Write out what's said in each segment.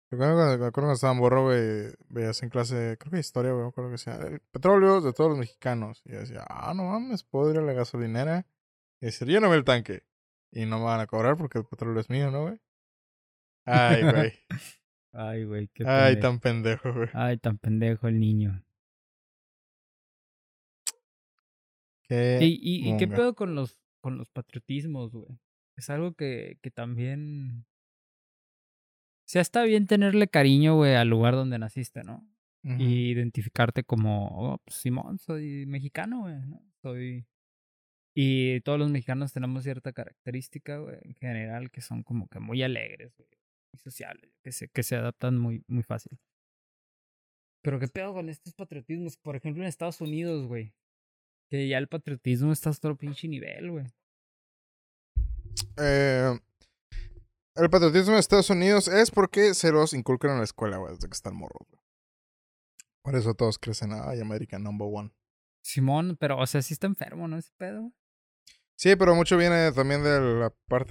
Me acuerdo cuando estaba morro, güey, veías en clase, creo que historia, güey, me acuerdo que decía, el petróleo es de todos los mexicanos. Y yo decía, no mames, puedo ir a la gasolinera y decir, lléname el tanque. Y no me van a cobrar porque el petróleo es mío, ¿no, güey? Ay, güey. Ay, güey, qué Ay, pendejo. tan pendejo, güey. Ay, tan pendejo el niño. Qué ¿Y qué monga. pedo con los patriotismos, güey? Es algo que también... O sea, está bien tenerle cariño, güey, al lugar donde naciste, ¿no? Ujú. Y identificarte como, oh, pues, Simón, soy mexicano, güey, ¿no? Soy... Y todos los mexicanos tenemos cierta característica, güey, en general, que son como que muy alegres, güey, muy sociales, que se adaptan muy, muy fácil. Pero qué pedo con estos patriotismos, por ejemplo, en Estados Unidos, güey, que ya el patriotismo está a otro pinche nivel, güey. Eh, el patriotismo de Estados Unidos es porque se los inculcan en la escuela, güey, desde que están morros, güey. Por eso todos crecen, ay, American number one. Simón, pero, o sea, sí está enfermo, ¿no? Ese pedo. Sí, pero mucho viene también de la parte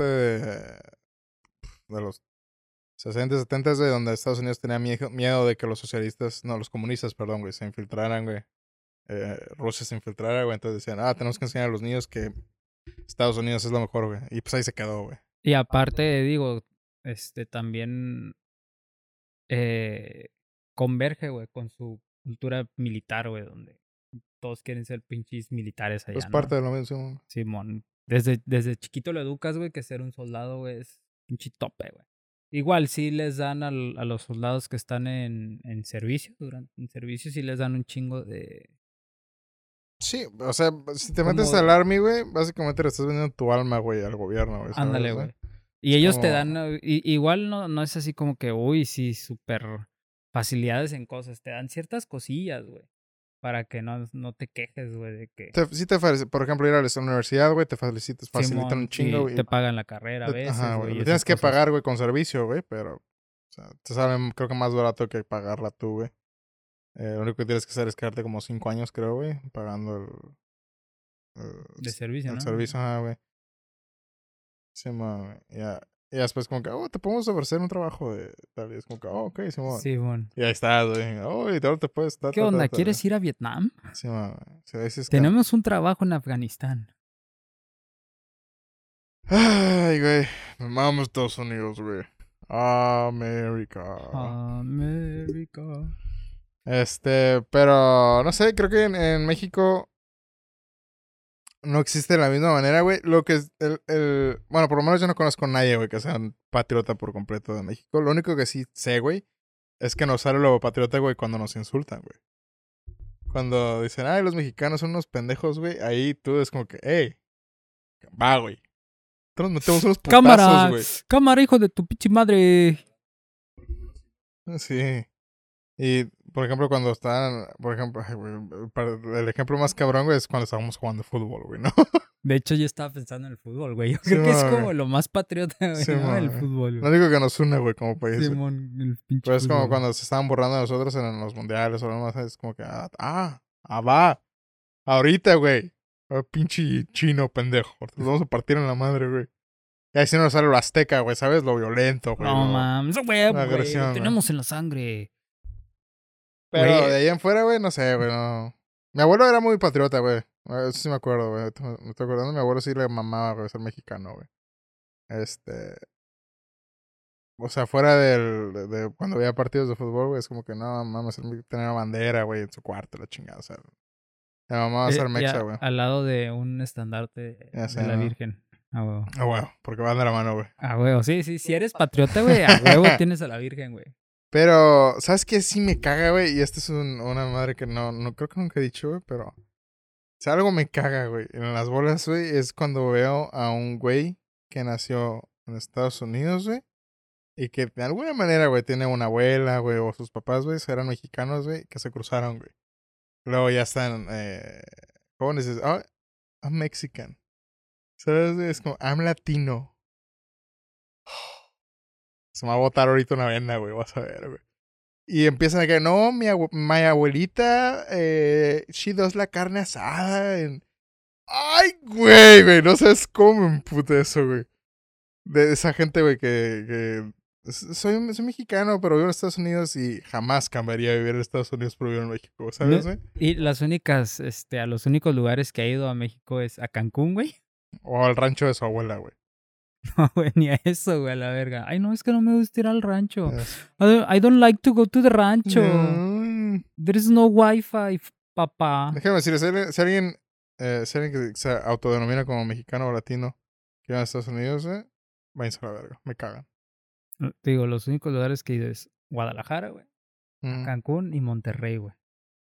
de los 60, 70, de donde Estados Unidos tenía miedo de que los socialistas, no, los comunistas, perdón, güey, se infiltraran, güey. Rusia se infiltrara, güey. Entonces decían, tenemos que enseñar a los niños que Estados Unidos es lo mejor, güey. Y pues ahí se quedó, güey. Y aparte, digo, también eh, converge, güey, con su cultura militar, güey, donde todos quieren ser pinches militares Pues allá, parte ¿no? de lo mismo. Simón, desde chiquito lo educas, güey, que ser un soldado, güey, es pinche tope, güey. Igual sí les dan a los soldados que están en servicio, en servicio sí les dan un chingo de... Sí, o sea, si te metes Como, al Army, güey, básicamente le estás vendiendo tu alma, güey, al gobierno, güey, ¿sabes? ándale, O sea, güey. Y es ellos te como... dan, igual no es así como que, uy, sí, súper facilidades en cosas, te dan ciertas cosillas, güey, para que no te quejes, güey, de que Sí por ejemplo, ir a la universidad, güey, te facilitan un Simón, chingo, sí, güey. te pagan la carrera a Ajá, veces, güey. güey, y Le esas tienes que cosas. pagar, güey, con servicio, güey, pero... O sea, te sale, creo que más barato que pagarla tú, güey. Lo único que tienes que hacer es quedarte como 5 años, creo, güey, pagando De servicio, el ¿no? servicio, güey. Sí, güey. Ya. Y después como que, te podemos ofrecer un trabajo de tal. Y es como que, ok, Simón. Simón. Y ahí estás, güey. Y ahora te puedes, ¿Qué onda? ¿Quieres ir a Vietnam? Sí, güey. Si dices que... Tenemos un trabajo en Afganistán. Ay, güey. Me mamo Estados Unidos, güey. América. América. Pero no sé, creo que en México no existe de la misma manera, güey. Lo que es bueno, por lo menos yo no conozco a nadie, güey, que sea un patriota por completo de México. Lo único que sí sé, güey, es que nos sale lo patriota, güey, cuando nos insultan, güey. Cuando dicen, ay, los mexicanos son unos pendejos, güey, ahí tú es como que, hey, va, güey. Nosotros nos metemos unos putazos, Cámara, güey. cámara, hijo de tu pinche madre. Sí. Y, por ejemplo, cuando están, por ejemplo, ay, güey, el ejemplo más cabrón, güey, es cuando estábamos jugando fútbol, güey, ¿no? De hecho, yo estaba pensando en el fútbol, güey. Yo Sí, creo que es güey. como lo más patriota, güey, Sí, ¿no? El güey. fútbol, Lo güey. único que nos une, güey, como país, güey. Simón, el pinche Pero es como fútbol. cuando se estaban borrando de nosotros en los mundiales o algo más, es como que, va. Ahorita, güey. Pinche chino, pendejo. Nos vamos a partir en la madre, güey. Y ahí sí nos sale lo azteca, güey, ¿sabes? Lo violento, güey, No mames, güey, la güey, lo agresión, güey. tenemos en la sangre. Pero de Güey, ahí en fuera, güey, no sé, güey, no. Mi abuelo era muy patriota, güey. Eso sí me acuerdo, güey. Me estoy acordando, mi abuelo sí le mamaba, güey, ser mexicano, güey. Este... O sea, fuera de cuando había partidos de fútbol, güey, es como que no, mames, tener una bandera, güey, en su cuarto, la chingada. O sea, mi mamá va a ser mexa, güey. al lado de un estandarte Ya sé, de la ¿no? Virgen. A huevo. Bueno, porque van de la mano, güey. A huevo, sí, sí. Si eres patriota, güey, a huevo tienes a la Virgen, güey. Pero, ¿sabes qué? Sí me caga, güey. Y esta es una madre que no creo que nunca he dicho, güey, pero... Si algo me caga, güey, en las bolas, güey, es cuando veo a un güey que nació en Estados Unidos, güey. Y que de alguna manera, güey, tiene una abuela, güey, o sus papás, güey, eran mexicanos, güey, que se cruzaron, güey. Luego ya están jóvenes, I'm Mexican. ¿Sabes? Es como, I'm latino. Se me va a botar ahorita una vena, güey, vas a ver, güey. Y empiezan a que, no, mi abuelita, she does la carne asada. Ay, güey, no sabes cómo me emputa eso, güey. De esa gente, güey, que soy mexicano, pero vivo en Estados Unidos y jamás cambiaría a vivir en Estados Unidos por vivir en México, No, ¿sabes, güey? y las únicas, a los únicos lugares que he ido a México es a Cancún, güey. O al rancho de su abuela, güey. No, güey, ni a eso, güey, a la verga. Ay, no, es que no me gusta ir al rancho. Es- I don't like to go to the rancho. No. There is no wifi, papá. Déjame decir, si alguien que se autodenomina como mexicano o latino que va a Estados Unidos, váyanse a la verga, me cagan. Te digo, los únicos lugares que he ido es Guadalajara, güey, Mm. Cancún y Monterrey, güey.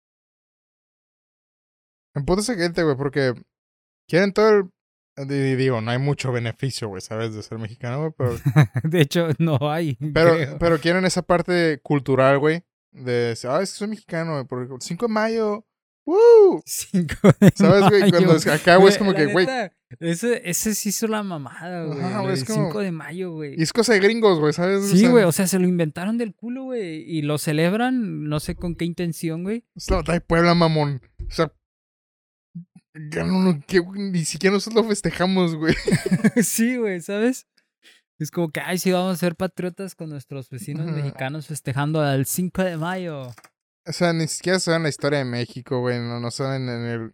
Me puta esa gente, güey, porque quieren todo el... Digo, no hay mucho beneficio, güey, ¿sabes? De ser mexicano, güey, pero... De hecho, no hay, creo. pero quieren esa parte cultural, güey, de decir, es que soy mexicano, güey, porque el 5 de mayo... ¡Woo! 5 de ¿Sabes, güey? mayo. Cuando acá, güey, es como La que, güey... neta, ese sí hizo la mamada, güey. Ajá, Lo güey, es del como- 5 de mayo, güey. Y es cosa de gringos, güey, ¿sabes? Sí, güey, o sea, se lo inventaron del culo, güey. Y lo celebran, no sé con qué intención, güey. Es la batalla de Puebla, mamón. O sea... Ya ni siquiera nosotros lo festejamos, güey. Sí, güey, ¿sabes? Es como que, ay, sí, vamos a ser patriotas con nuestros vecinos Ujú. mexicanos festejando el 5 de mayo. O sea, ni siquiera saben la historia de México, güey. No saben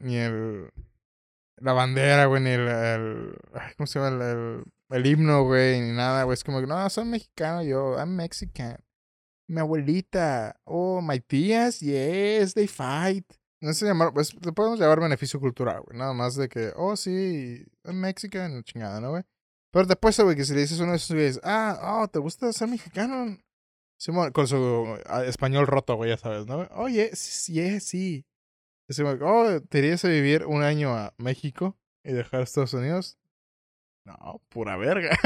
la bandera, güey, ni ay, ¿cómo se llama? El himno, güey, ni nada, güey. Es como que, no, soy mexicano yo. I'm Mexican. Mi abuelita. Oh, my tías, yes, they fight. No sé llamar, pues le podemos llamar beneficio cultural, güey. Nada más de que, sí, I'm Mexican, chingada, ¿no, güey? Pero después, güey, que si le dices a uno de esos güeyes, ¿te gusta ser mexicano? Simón, con su español roto, güey, ya sabes, ¿no? Oye, sí. Decimos, ¿te irías a vivir un año a México y dejar Estados Unidos? No, pura verga.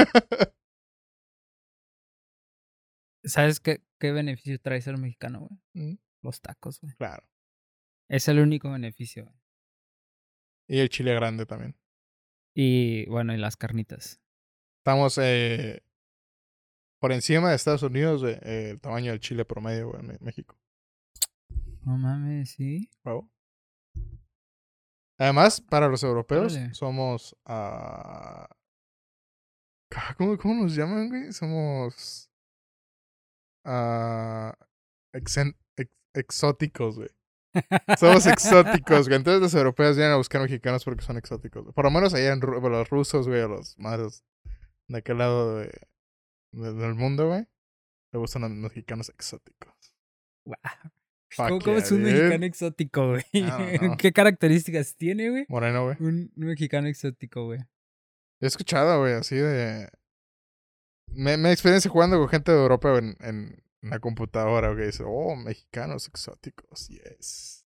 ¿Sabes qué beneficio trae ser mexicano, güey? Mm, Los tacos, güey. claro. Es el único beneficio, güey. Y el chile grande también. Y bueno, y las carnitas. Estamos por encima de Estados Unidos, güey, el tamaño del chile promedio, güey, en México. No mames, ¿sí? Bravo. Además, para los europeos, Órale. somos... ¿Cómo nos llaman, güey? Somos... exóticos, güey. Somos exóticos, güey. Entonces los europeos vienen a buscar mexicanos porque son exóticos, güey. Por lo menos allá en los rusos, güey, a los madres de aquel lado del mundo, güey. Le gustan los mexicanos exóticos. Wow. Fuck ¿Cómo yeah, es un dude. mexicano exótico, güey? I don't know. ¿Qué características tiene, güey? Moreno, güey. Un mexicano exótico, güey. He escuchado, güey, así de... Me experiencia jugando con gente de Europa güey, en la computadora, güey. Dice, mexicanos exóticos, yes.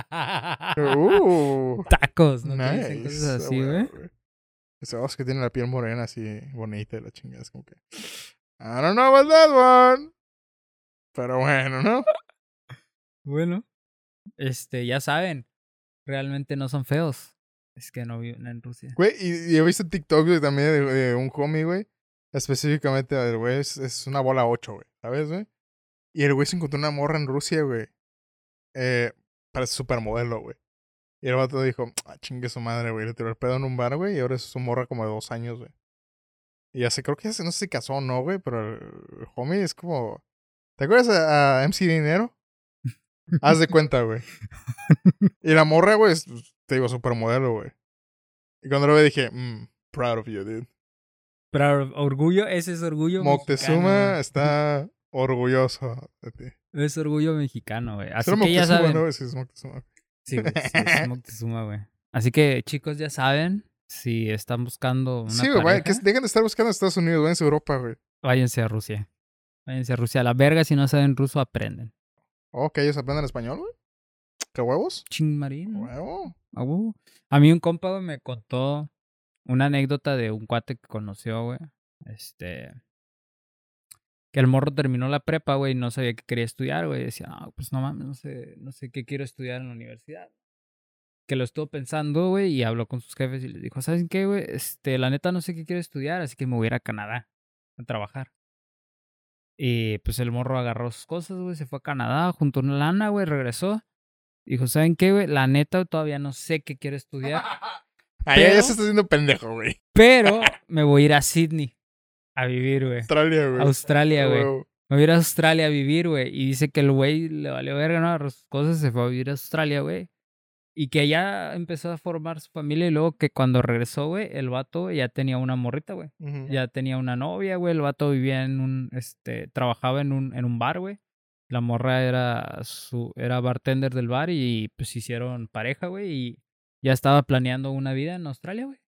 Tacos, ¿no? Te dicen Nice. cosas así, güey. Dice, es que tiene la piel morena así bonita y la chingada. Es como que... I don't know about that one. Pero bueno, ¿no? Bueno, ya saben, realmente no son feos. Es que no viven en Rusia. Güey, y he visto TikTok güey, también de un homie, güey. Específicamente, el güey es una bola 8, güey. ¿Sabes, güey? Y el güey se encontró una morra en Rusia, güey. Parece supermodelo, güey. Y el vato dijo, chingue su madre, güey. Le tiró el pedo en un bar, güey. Y ahora es su morra como de 2 años, güey. Y creo que no sé si se casó o no, güey. Pero el homie es como... ¿Te acuerdas a MC Dinero? Haz de cuenta, güey. Y la morra, güey, te digo, supermodelo, güey. Y cuando lo vi dije, proud of you, dude. Pero orgullo, ese es orgullo Moctezuma mexicano. está orgulloso de ti. Es orgullo mexicano, güey. Así ¿Será que ya Moctezuma, saben. no? Sí, es Moctezuma. Sí, güey, sí, es Moctezuma, güey. Así que, chicos, ya saben, si están buscando una Sí, güey, vaya, pareja, dejen de estar buscando a Estados Unidos, váyanse a Europa, güey. váyanse a Rusia. Váyanse a Rusia. A la verga, si no saben ruso, aprenden. Que ellos aprenden español, güey. ¿Qué huevos? Ching marín. Huevo. A huevo. A mí un compa, güey, me contó una anécdota de un cuate que conoció, güey. Que el morro terminó la prepa, güey, y no sabía qué quería estudiar, güey. Decía, pues no mames, no sé qué quiero estudiar en la universidad. Que lo estuvo pensando, güey, y habló con sus jefes y les dijo, ¿saben qué, güey? La neta no sé qué quiero estudiar, así que me voy a ir a Canadá a trabajar. Y pues el morro agarró sus cosas, güey, se fue a Canadá, juntó una lana, güey, regresó. Dijo, ¿saben qué, güey? La neta todavía no sé qué quiero estudiar, Ya se está haciendo pendejo, güey. pero me voy a ir a Sydney. A vivir, güey. Australia, güey. Australia, güey. Huevo. Me voy a ir a Australia a vivir, güey. Y dice que el güey le valió verga, ¿no? Sus cosas, se fue a vivir a Australia, güey. Y que allá empezó a formar su familia y luego que cuando regresó, güey, el vato ya tenía una morrita, güey. Ujú. Ya tenía una novia, güey. El vato vivía en trabajaba en un bar, güey. La morra era bartender del bar y pues hicieron pareja, güey. Y ya estaba planeando una vida en Australia, güey.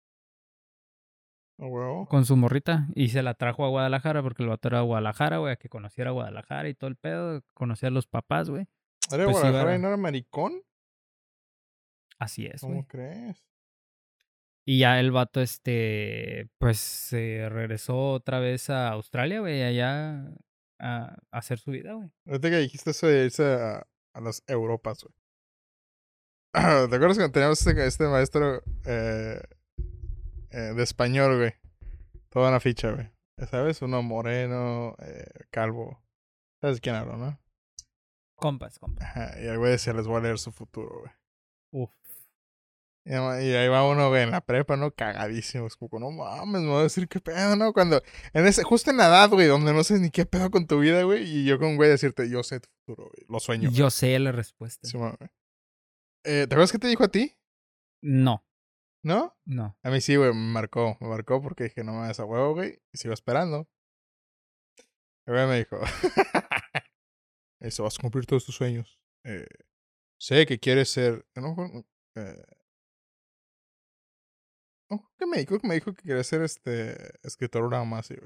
A huevo. Con su morrita. Y se la trajo a Guadalajara porque el vato era de Guadalajara, güey. A que conociera Guadalajara y todo el pedo. Conocía a los papás, güey. ¿Era Pues Guadalajara y no era maricón? Así es, güey. ¿Cómo crees? Y ya el vato, pues se regresó otra vez a Australia, güey, allá a hacer su vida, güey. Ahorita que dijiste eso de irse a las Europas, güey. ¿Te acuerdas cuando teníamos este maestro de español, güey? Toda una ficha, güey. ¿Sabes? Uno moreno, calvo. ¿Sabes de quién hablo, no? Compas. Ajá, y el güey decía, les voy a leer su futuro, güey. Uf. Y ahí va uno, güey, en la prepa, ¿no? Cagadísimo. Es como, no mames, me voy a decir qué pedo, ¿no? Cuando, justo en la edad, güey, donde no sabes ni qué pedo con tu vida, güey. Y yo con un güey decirte, yo sé tu futuro, güey. Lo sueño. Yo sé la respuesta. Sí, güey. ¿Te acuerdas qué te dijo a ti? No. ¿No? No. A mí sí, güey, me marcó porque dije, no me das a huevo, güey. Y sigo esperando. El güey me dijo, eso, vas a cumplir todos tus sueños. Sé que quieres ser, no, ¿qué me dijo? Me dijo que quería ser escritor o nada más, sí, güey.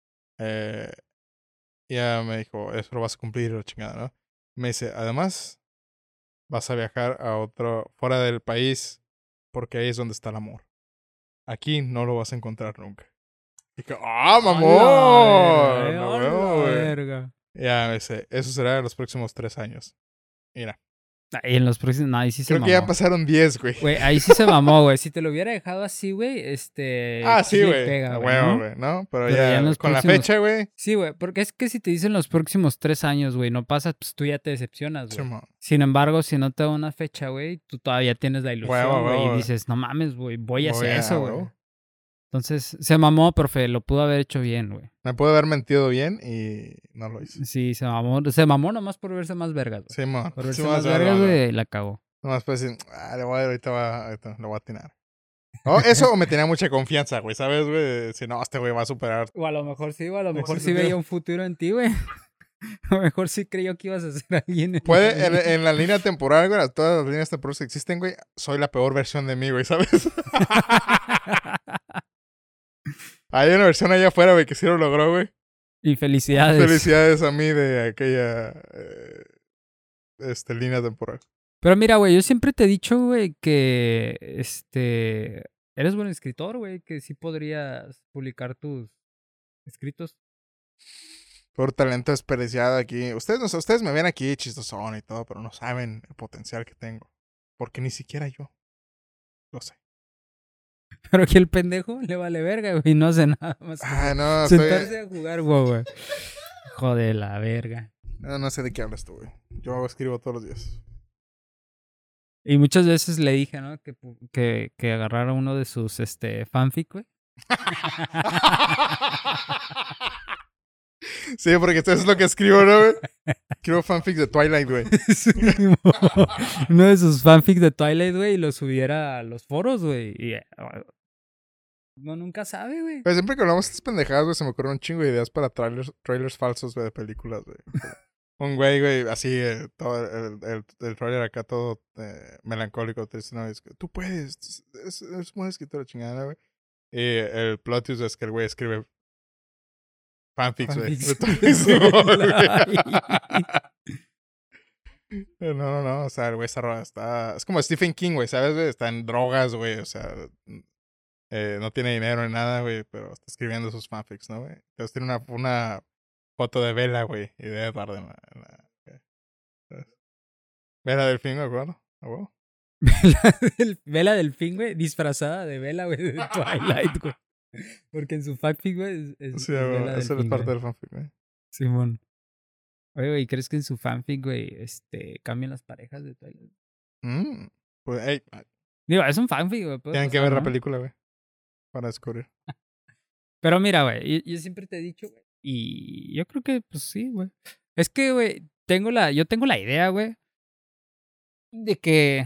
Ya me dijo, eso lo vas a cumplir, la chingada, ¿no? Me dice, además, vas a viajar a fuera del país, porque ahí es donde está el amor. Aquí no lo vas a encontrar nunca. Y dije, ¡ah, mamón! No, huevo, güey. verga. Ya me dice, eso será en los próximos 3 años. Mira. Y en los próximos, no, ahí sí se Creo mamó. que ya pasaron 10, güey. Güey, ahí sí se mamó, güey. Si te lo hubiera dejado así, güey, Ah, sí, chicle y güey. pega, A güey, huevo, ¿no? güey, ¿no? Pero Pero ya en ya los con la próximos- fecha, güey. Sí, güey, porque es que si te dicen los próximos 3 años, güey, no pasa, pues tú ya te decepcionas, güey. Simón. Sin embargo, si no te da una fecha, güey, tú todavía tienes la ilusión, Huevo, güey, y huevo. dices, no mames, güey, voy a hacer Voy a- eso, güey. huevo. Entonces, se mamó, profe, lo pudo haber hecho bien, güey. Me puedo haber mentido bien y no lo hice. Sí, se mamó nomás por verse más vergas, güey. Simón. Por verse Simón, más Simón, vergas, Simón. güey, la cagó. Nomás pues decir, ahorita lo voy a atinar. O eso o me tenía mucha confianza, güey, ¿sabes, güey? Si no, este güey va a superar. O a lo mejor sí, o a lo mejor sí sí te veía digo. un futuro en ti, güey. A lo mejor sí creyó que ibas a ser alguien. Puede, en la línea temporal, güey, todas las líneas temporales que existen, güey, soy la peor versión de mí, güey, ¿sabes? Hay una versión allá afuera, güey, que sí lo logró, güey. Y felicidades. Felicidades a mí de aquella línea temporal. Pero mira, güey, yo siempre te he dicho, güey, que eres buen escritor, güey, que sí podrías publicar tus escritos. Por talento desperdiciado aquí. Ustedes me ven aquí chistosón y todo, pero no saben el potencial que tengo. Porque ni siquiera yo lo sé. Pero que el pendejo le vale verga, güey, y no hace nada más que Ah, no, sentarse a jugar, güey. Joder, la verga. No sé de qué hablas tú, güey. Yo escribo todos los días. Y muchas veces le dije, ¿no? Que agarrara uno de sus fanfic, güey. Sí, porque eso es lo que escribo, ¿no, güey? Escribo fanfics de Twilight, güey. Uno de sus fanfics de Twilight, güey, y lo subiera a los foros, güey. Y no, nunca sabe, güey. Pues siempre que hablamos de estas pendejadas, güey, se me ocurren un chingo de ideas para trailers falsos, güey, de películas, güey. Un güey, así, todo el trailer acá todo melancólico, triste, ¿no? Es que, tú puedes, es buen escritor, chingada, güey. Y el plot twist es que el güey escribe fanfics, güey. No, o sea, el güey está... Es como Stephen King, güey, ¿sabes, güey? Está en drogas, güey, o sea... no tiene dinero ni nada, güey, pero está escribiendo sus fanfics, ¿no, güey? Entonces tiene una foto de Bella, güey, y de Edward en Bella Delfín, ¿me acuerdo? ¿No? Bella Delfín, güey, disfrazada de Bella, güey, de Twilight, güey. Porque en su fanfic, güey, Sí, güey, eso es parte del fanfic, güey. Simón. Oye, güey, ¿crees que en su fanfic, güey, cambian las parejas de Twilight? Pues, hey, Digo, es un fanfic, güey. tienen que ver la película, güey, para descubrir. Pero mira, güey, yo siempre te he dicho, güey, y yo creo que, pues sí, güey. Es que, güey, yo tengo la idea, güey, de que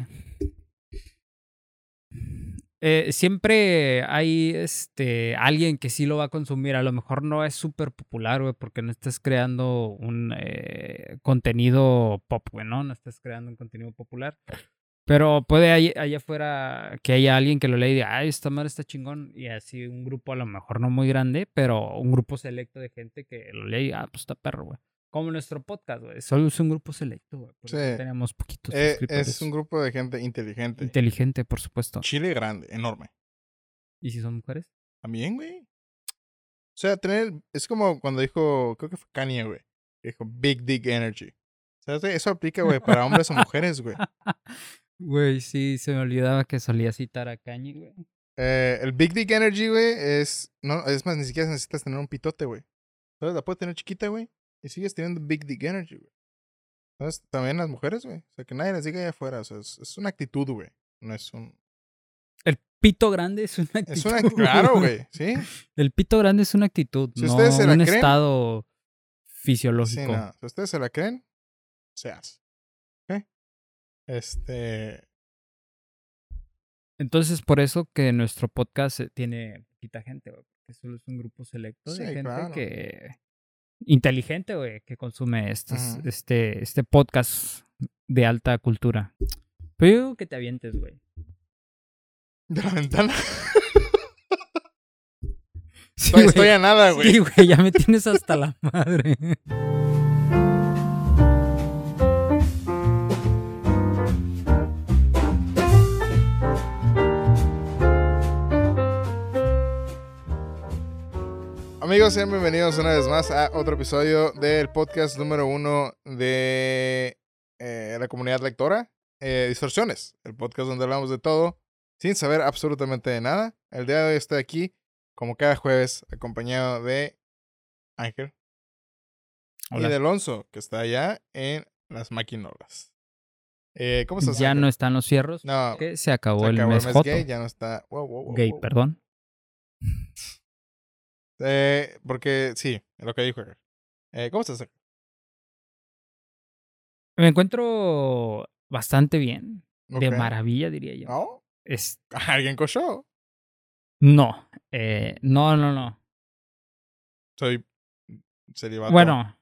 siempre hay alguien que sí lo va a consumir. A lo mejor no es súper popular, güey, porque no estás creando un contenido pop, güey, ¿no? No estás creando un contenido popular. Pero puede allá afuera que haya alguien que lo lea y diga, ay, esta madre está chingón. Y así un grupo a lo mejor no muy grande, pero un grupo selecto de gente que lo lea y diga, ah, pues está perro, güey. Como nuestro podcast, güey. Solo es un grupo selecto, güey. Por Sí. eso tenemos poquitos Es suscriptores. un grupo de gente inteligente. Inteligente, por supuesto. Chile grande, enorme. ¿Y si son mujeres? También, güey. O sea, es como cuando dijo, creo que fue Kanye, güey. Dijo Big Dick Energy. O sea, eso aplica, güey, para hombres o mujeres, güey. Güey, sí, se me olvidaba que solía citar a Kanye, güey. El Big Dick Energy, güey, no, es más, ni siquiera necesitas tener un pitote, güey. Entonces la puedes tener chiquita, güey, y sigues teniendo Big Dick Energy, güey. Entonces, también las mujeres, güey. O sea, que nadie les diga allá afuera. O sea, es una actitud, güey. No es un... El pito grande es una actitud. Es una... Claro, güey, ¿sí? El pito grande es una actitud, Si no ustedes se la un creen, estado sí, fisiológico. no. Si ustedes se la creen, se hace. ¿Ok? Entonces, por eso que nuestro podcast tiene poquita gente, güey. Porque solo es un grupo selecto de Sí, gente claro. que... inteligente, güey, que consume Ujú. este podcast de alta cultura. Pero yo digo que te avientes, güey. De la ventana. Sí, Estoy a nada, güey. Sí, güey, ya me tienes hasta la madre. Amigos, sean bienvenidos una vez más a otro episodio del podcast número 1 de la comunidad lectora, Distorsiones, el podcast donde hablamos de todo sin saber absolutamente de nada. El día de hoy estoy aquí, como cada jueves, acompañado de Ángel. Hola. Y de Alonso, que está allá en las maquinolas. ¿Cómo estás, Ya Ángel? no están los fierros. No, Que se acabó, se acabó el mes joto. gay, ya no está... Wow, Gay, wow. perdón. Porque sí, lo que dijo Ángel. ¿Cómo estás, Ángel? Me encuentro bastante bien. De Ok. maravilla, diría yo. ¿No? Es... ¿Alguien cochó? No. No. Soy celibato. Bueno,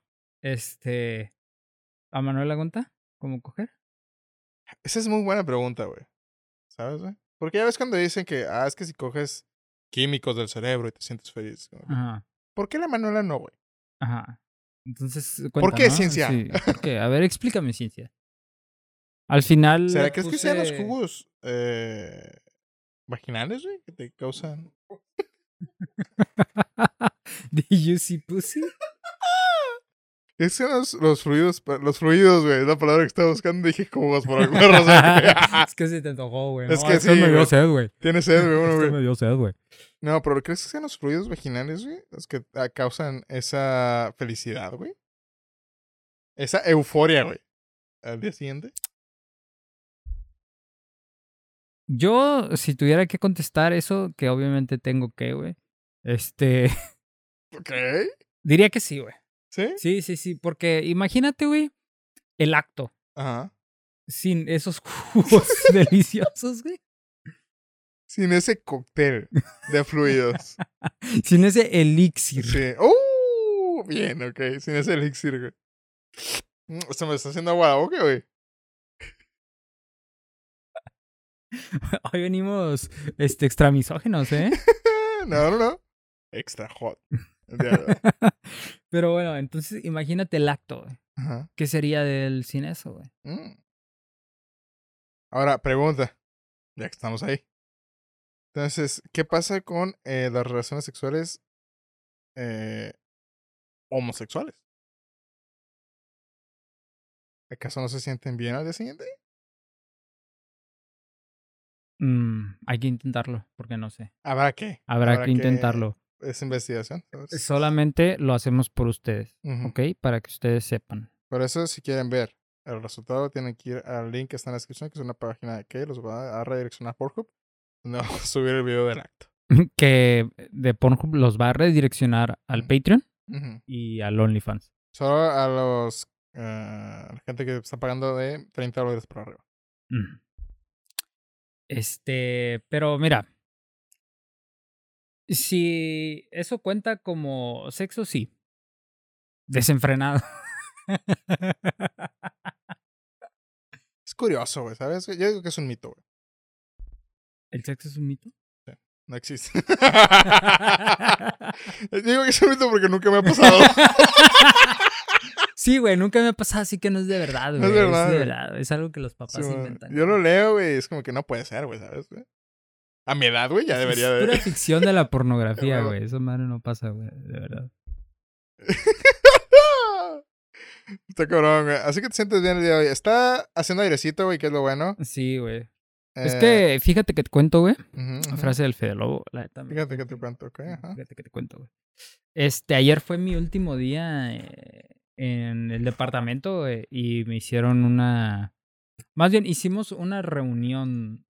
¿a Manuel Agonta? ¿Cómo coger? Esa es muy buena pregunta, güey. ¿Sabes, güey? Porque ya ves cuando dicen que, es que si coges químicos del cerebro y te sientes feliz. Como que, Ajá. ¿por qué la Manuela no, güey? Ajá. Entonces, cuenta, ¿Por qué ¿no? ciencia? Sí, ¿por qué? A ver, explícame ciencia. Al final ¿Será le que es que sean los puse... jugos vaginales, güey? Que te causan... ¿The Juicy Pussy? Es que los fluidos, güey, es la palabra que estaba buscando. Dije jugos por alguna razón. Es que se te antojó, güey. Es No, que esto sí, me dio güey. sed, güey. Tiene sed, güey, uno, Esto güey. me dio sed, güey. No, pero ¿crees que sean los fluidos vaginales, güey? Los que causan esa felicidad, güey. Esa euforia, güey. Al día siguiente. Yo, si tuviera que contestar eso, que obviamente tengo que, güey. Ok. Diría que sí, güey. ¿Sí? Sí. Porque imagínate, güey, el acto. Ajá. Sin esos jugos deliciosos, güey. Sin ese cóctel de fluidos. Sin ese elixir. Sí. Bien, ok. Sin ese elixir, güey. Se me está haciendo agua la boca, güey. Hoy venimos extra misógenos, ¿eh? No. Extra hot. Pero bueno, entonces imagínate el acto, güey. Ajá. ¿Qué sería del sin eso, güey? Ahora, pregunta. Ya que estamos ahí. Entonces, ¿qué pasa con las relaciones sexuales homosexuales? ¿Acaso no se sienten bien al día siguiente? Hay que intentarlo, porque no sé. ¿Habrá qué? Habrá que intentarlo. Es investigación. Solamente lo hacemos por ustedes, Ujú. ¿ok? Para que ustedes sepan. Por eso, si quieren ver el resultado, tienen que ir al link que está en la descripción, que es una página de que los va a redireccionar por Pornhub, donde vamos a subir el video del acto. que de Pornhub los va a redireccionar al Patreon Ujú. y al OnlyFans. Solo a los... a la gente que está pagando de $30 por arriba. Mm. Pero mira, si eso cuenta como sexo, sí. Desenfrenado. Es curioso, güey, ¿sabes? Yo digo que es un mito, güey. ¿El sexo es un mito? No existe. Digo que es un mito porque nunca me ha pasado. Sí, güey, nunca me ha pasado, así que no es de verdad, No güey. es verdad, Es de güey. verdad. Es algo que los Sí, papás güey. inventan. Yo lo leo, güey, es como que no puede ser, güey, ¿sabes? Güey? A mi edad, güey, ya debería Es de... pura ficción de la pornografía, Bueno. güey. Eso madre no pasa, güey, de verdad. Está cabrón, güey. Así que te sientes bien el día de hoy. Está haciendo airecito, güey, que es lo bueno. Sí, güey. Es Eh, que, fíjate que te cuento, güey. ujú, ujú. Frase del Fede Lobo, la neta. Fíjate que te cuento, ok, ajá. Fíjate que te cuento, güey. Ayer fue mi último día en el departamento, güey, y me hicieron más bien, hicimos una reunión,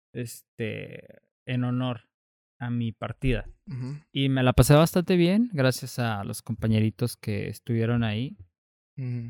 en honor a mi partida. Ujú, Y me la pasé bastante bien, gracias a los compañeritos que estuvieron ahí. ujú.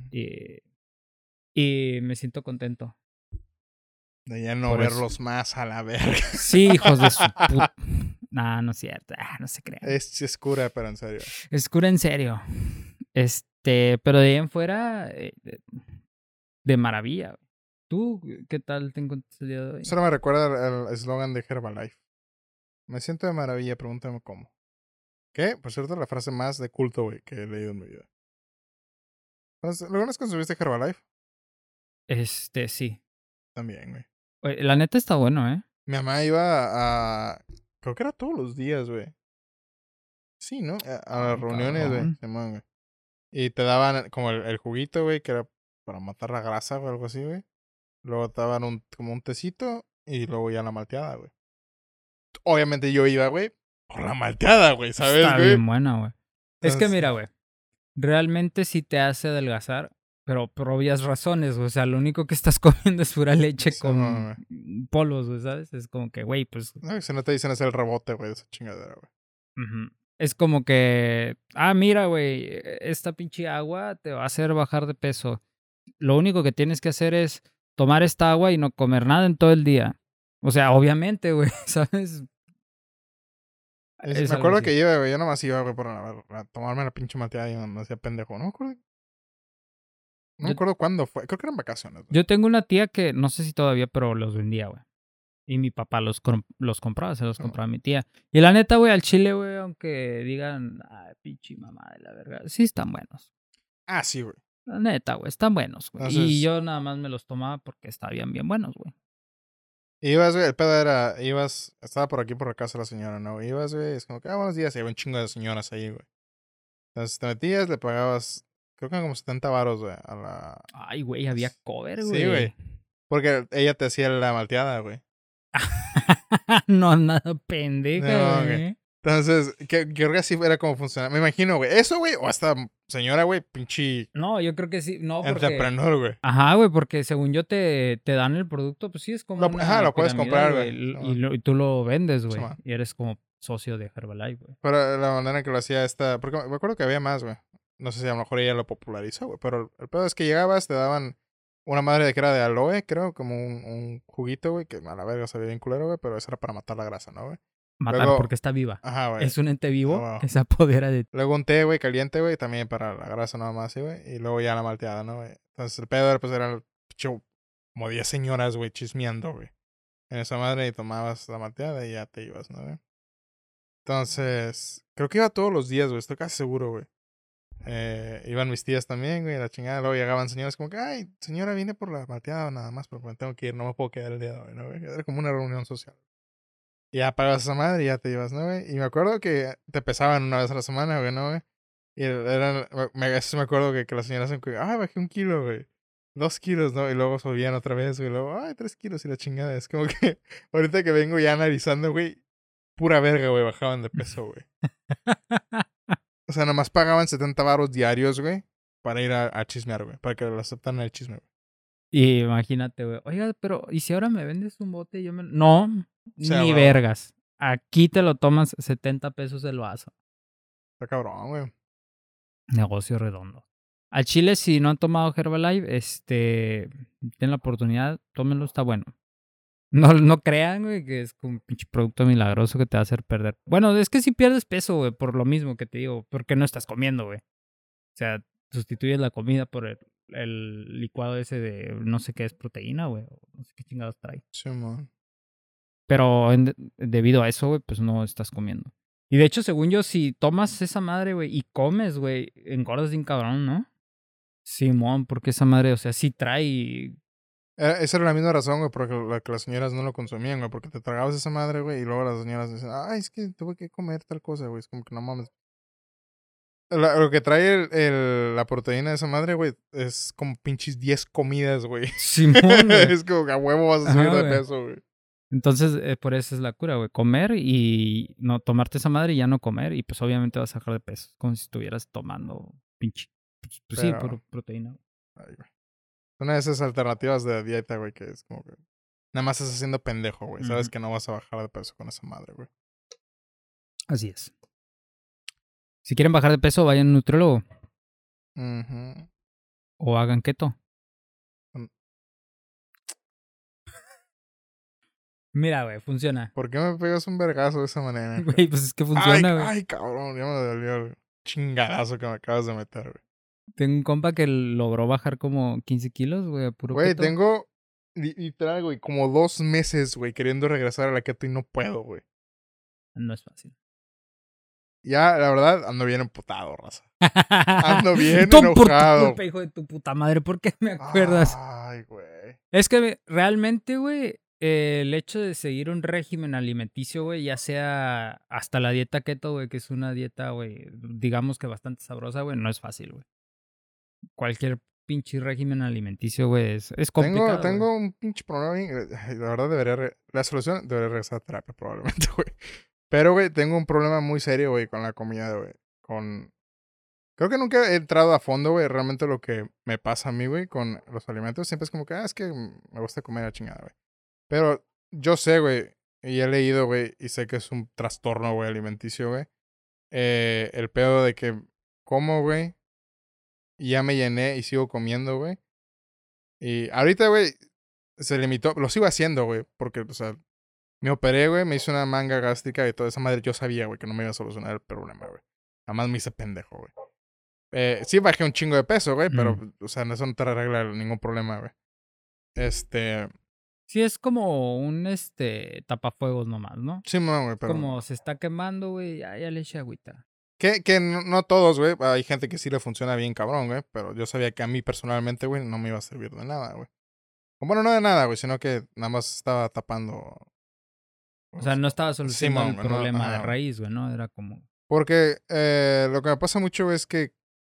Y me siento contento. De ya no Por eso. verlos más a la verga. Sí, hijos de su puta. No, no es cierto. No se crean. Es cura, pero en serio. Es cura en serio. Pero de ahí en fuera, de maravilla. ¿Tú qué tal te encuentras el día de hoy? Solo me recuerda el eslogan de Herbalife. Me siento de maravilla, pregúntame cómo. ¿Qué? Por cierto, la frase más de culto, güey, que he leído en mi vida. Entonces, ¿alguna vez consumiste Herbalife? Sí. También, güey. Oye, la neta está bueno, ¿eh? Mi mamá iba a... Creo que era todos los días, güey. Sí, ¿no? A las reuniones, güey. Cabrón. Simón, güey. Y te daban como el juguito, güey, que era para matar la grasa o algo así, güey. Luego te daban como un tecito y luego ya la malteada, güey. Obviamente yo iba, güey, por la malteada, güey, ¿sabes, Está güey? bien buena, güey. Es que Entonces, mira, güey. Realmente sí te hace adelgazar, pero por obvias razones, güey. O sea, lo único que estás comiendo es pura leche Simón, con polvos, güey, ¿sabes? Es como que, güey, pues... no, si no te dicen es el rebote, güey, de esa chingadera, güey. Ujú. Es como que, mira, güey, esta pinche agua te va a hacer bajar de peso. Lo único que tienes que hacer es tomar esta agua y no comer nada en todo el día. O sea, obviamente, güey, ¿sabes? Es Me algo acuerdo así. que iba, güey, yo nomás iba, güey, a tomarme la pinche malteada y me hacía pendejo. No me Yo, acuerdo cuándo fue. Creo que eran vacaciones, güey. yo tengo una tía que, no sé si todavía, pero los vendía, güey. Y mi papá los compraba, se los compraba mi tía. Y la neta, güey, al chile, güey, aunque digan, pinche mamá de la verga, sí están buenos. Ah, sí, güey. La neta, güey, están buenos, güey. Entonces, Y yo nada más me los tomaba porque estaban bien buenos, güey. ibas, güey, el pedo era, estaba por aquí por la casa de la señora, ¿no? Ibas, güey, es como que, buenos días, y había un chingo de señoras ahí, güey. Entonces te metías, le pagabas, creo que eran como 70 varos, güey, a la... Ay, güey, había cover, güey. Sí, güey. Porque ella te hacía la malteada, güey. No, nada pendeja, No, güey. güey. Entonces, creo que así era como funcionaba. Me imagino, güey. Eso, güey, o hasta señora, güey, pinche No, yo creo que sí. No, porque... entrepreneur, güey. Ajá, güey, porque según yo te dan el producto, pues sí es como una Lo puedes piramidal, comprar, güey. y tú lo vendes, güey. Simón. Y eres como socio de Herbalife, güey. Pero la manera en que lo hacía esta... Porque me acuerdo que había más, güey. No sé si a lo mejor ella lo popularizó, güey. Pero el pedo es que llegabas, te daban una madre de que era de aloe, creo, como un juguito, güey, que a la verga sabía bien culero, güey, pero eso era para matar la grasa, ¿no, güey? Matar Luego, porque está viva. ajá, güey. Es un ente vivo wow. que se apodera de ti. Luego un té, güey, caliente, güey, también para la grasa nada más, sí, güey. Y luego ya la malteada, ¿no, güey? Entonces el pedo, pues, era como 10 señoras, güey, chismeando, güey. En esa madre y tomabas la malteada y ya te ibas, ¿no, güey? Entonces, creo que iba todos los días, güey, estoy casi seguro, güey. Iban mis tías también, güey, la chingada. Luego llegaban señoras como que, ay, señora, vine por la malteada nada más, pero me tengo que ir, no me puedo quedar el día de hoy, ¿no, güey? Era como una reunión social. Y ya pagas esa madre y ya te ibas, ¿no, güey? Y me acuerdo que te pesaban una vez a la semana, güey, ¿no, güey? Y eso me acuerdo que las señoras como que, ay, bajé 1 kilo, güey. 2 kilos, ¿no? Y luego subían otra vez, güey. Luego, ay, 3 kilos y la chingada. Es como que ahorita que vengo ya analizando, güey, pura verga, güey, bajaban de peso, güey. O sea, nomás pagaban 70 varos diarios, güey, para ir a chismear, güey. Para que lo aceptaran el chisme, güey. Y imagínate, güey. Oiga, pero ¿y si ahora me vendes un bote? No, O sea, ni güey, vergas. Aquí te lo tomas 70 pesos el vaso. Está cabrón, güey. Negocio redondo. Al chile, si no han tomado Herbalife, tienen la oportunidad, tómenlo, está bueno. No crean, güey, que es un pinche producto milagroso que te va a hacer perder. Bueno, es que si pierdes peso, güey, por lo mismo que te digo, porque no estás comiendo, güey. O sea, sustituyes la comida por el licuado ese de no sé qué es proteína, güey, o no sé qué chingados trae. Sí, man. Pero debido a eso, güey, pues no estás comiendo. Y de hecho, según yo, si tomas esa madre, güey, y comes, güey, engordas bien cabrón, ¿no? Simón, porque esa madre, o sea, sí trae. Esa era la misma razón, güey, porque que las señoras no lo consumían, güey, porque te tragabas esa madre, güey, y luego las señoras dicen, ay, es que tuve que comer tal cosa, güey, es como que no mames. Lo que trae la proteína de esa madre, güey, es como pinches 10 comidas, güey. Simón, güey. Es como que a huevo vas a subir Ajá, de güey. peso, güey. Entonces, por eso es la cura, güey. Comer y no tomarte esa madre y ya no comer. Y pues obviamente vas a bajar de peso. Como si estuvieras tomando pinche. Pues sí, Pero, por proteína. ay, güey. Una de esas alternativas de dieta, güey, que es como que nada más estás haciendo pendejo, güey. Sabes Ujú. que no vas a bajar de peso con esa madre, güey. Así es. Si quieren bajar de peso, vayan a un nutriólogo Ujú. o hagan keto. Mm. Mira, güey, funciona. ¿Por qué me pegas un vergazo de esa manera? Güey, pues es que Ay, funciona, güey. ay, cabrón, ya me dolió el chingadazo que me acabas de meter, güey. Tengo un compa que logró bajar como 15 kilos, güey, a puro Güey, keto. tengo literal, güey, como 2 meses, güey, queriendo regresar a la keto y no puedo, güey. No es fácil. Ya, la verdad, ando bien emputado, raza. Ando bien Todo por tu enojado. culpa, hijo de tu puta madre. ¿Por qué me acuerdas? Ay, güey. Es que realmente, güey, el hecho de seguir un régimen alimenticio, güey, ya sea hasta la dieta keto, güey, que es una dieta, güey, digamos que bastante sabrosa, güey, no es fácil, güey. Cualquier pinche régimen alimenticio, güey, es complicado, güey. Tengo un pinche problema bien. Ay, la verdad, la solución debería regresar a terapia, probablemente, güey. Pero, güey, tengo un problema muy serio, güey, con la comida, güey. Creo que nunca he entrado a fondo, güey. Realmente lo que me pasa a mí, güey, con los alimentos, siempre es como que, es que me gusta comer la chingada, güey. Pero yo sé, güey, y he leído, güey, y sé que es un trastorno, güey, alimenticio, güey. El pedo de que como, güey, y ya me llené y sigo comiendo, güey. Y ahorita, güey, se limitó, lo sigo haciendo, güey, porque, o sea, me operé, güey, me hice una manga gástrica y toda esa madre. Yo sabía, güey, que no me iba a solucionar el problema, güey. Nada más me hice pendejo, güey. Sí bajé un chingo de peso, güey, pero, o sea, eso no te arregla ningún problema, güey. Sí, es como un, tapafuegos nomás, ¿no? Sí, no, güey, pero... Como se está quemando, güey, ya le eché agüita. Que no todos, güey. Hay gente que sí le funciona bien cabrón, güey. Pero yo sabía que a mí personalmente, güey, no me iba a servir de nada, güey. Bueno, no de nada, güey, sino que nada más estaba tapando. O sea, no estaba solucionando Simón, el güey, no, problema de ajá, güey. raíz, güey, ¿no? Era como... Porque lo que me pasa mucho, güey, es que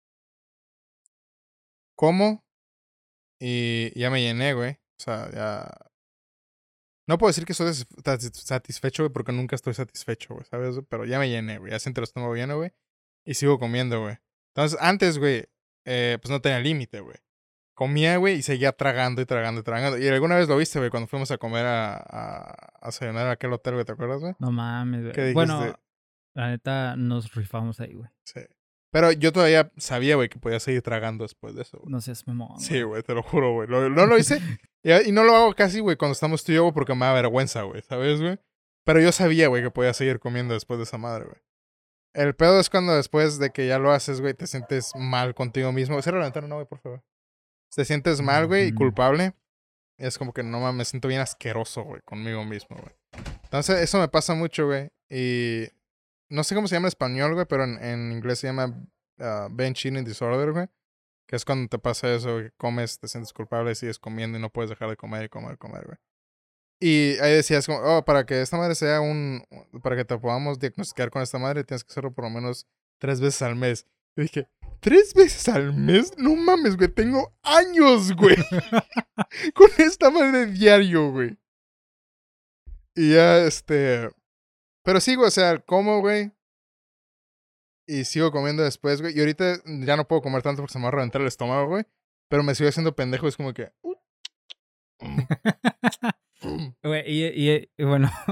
como y ya me llené, güey. O sea, ya. No puedo decir que estoy satisfecho, güey, porque nunca estoy satisfecho, güey, ¿sabes? Pero ya me llené, güey. Ya siento el estómago lleno, güey. Y sigo comiendo, güey. Entonces, antes, güey, pues no tenía límite, güey. Comía, güey, y seguía tragando y tragando y tragando. Y alguna vez lo viste, güey, cuando fuimos a comer a cenar a aquel hotel, güey, ¿te acuerdas, güey? No mames, güey. ¿Qué Bueno, dijiste? la neta, nos rifamos ahí, güey. Sí. Pero yo todavía sabía, güey, que podía seguir tragando después de eso, güey. No seas mamón, güey. Sí, güey, te lo juro, güey. No lo hice. Y no lo hago casi, güey, cuando estamos tú y yo, güey, porque me da vergüenza, güey, ¿sabes, güey? Pero yo sabía, güey, que podía seguir comiendo después de esa madre, güey. El pedo es cuando después de que ya lo haces, güey, te sientes mal contigo mismo. Cierra la ventana, no, güey, por favor. Te sientes mal, güey, y culpable. Es como que no mames, me siento bien asqueroso, güey, conmigo mismo, güey. Entonces, eso me pasa mucho, güey. Y no sé cómo se llama en español, güey, pero en inglés se llama binge eating disorder, güey. Que es cuando te pasa eso, que comes, te sientes culpable, sigues comiendo y no puedes dejar de comer y comer, comer, güey. Y ahí decías como, para que esta madre sea para que te podamos diagnosticar con esta madre, tienes que hacerlo por lo menos 3 veces al mes. Y dije, ¿3 veces al mes? No mames, güey, tengo años, güey. Con esta madre diario, güey. Y ya, pero sigo, o sea, como, güey. Y sigo comiendo después, güey. Y ahorita ya no puedo comer tanto porque se me va a reventar el estómago, güey. Pero me sigo haciendo pendejo, es como que... Güey, y bueno,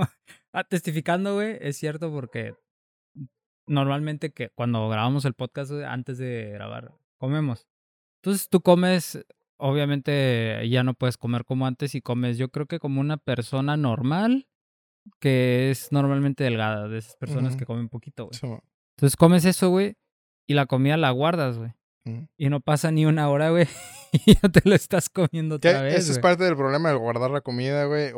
Testificando, güey, es cierto porque normalmente que cuando grabamos el podcast, güey, antes de grabar, comemos. Entonces tú comes, obviamente ya no puedes comer como antes y comes, yo creo que como una persona normal, que es normalmente delgada, de esas personas que comen poquito, güey. Simón. Entonces comes eso, güey, y la comida la guardas, güey. Ujú. Y no pasa ni una hora, güey, y ya te lo estás comiendo Que otra vez, ese es güey. parte del problema de guardar la comida, güey.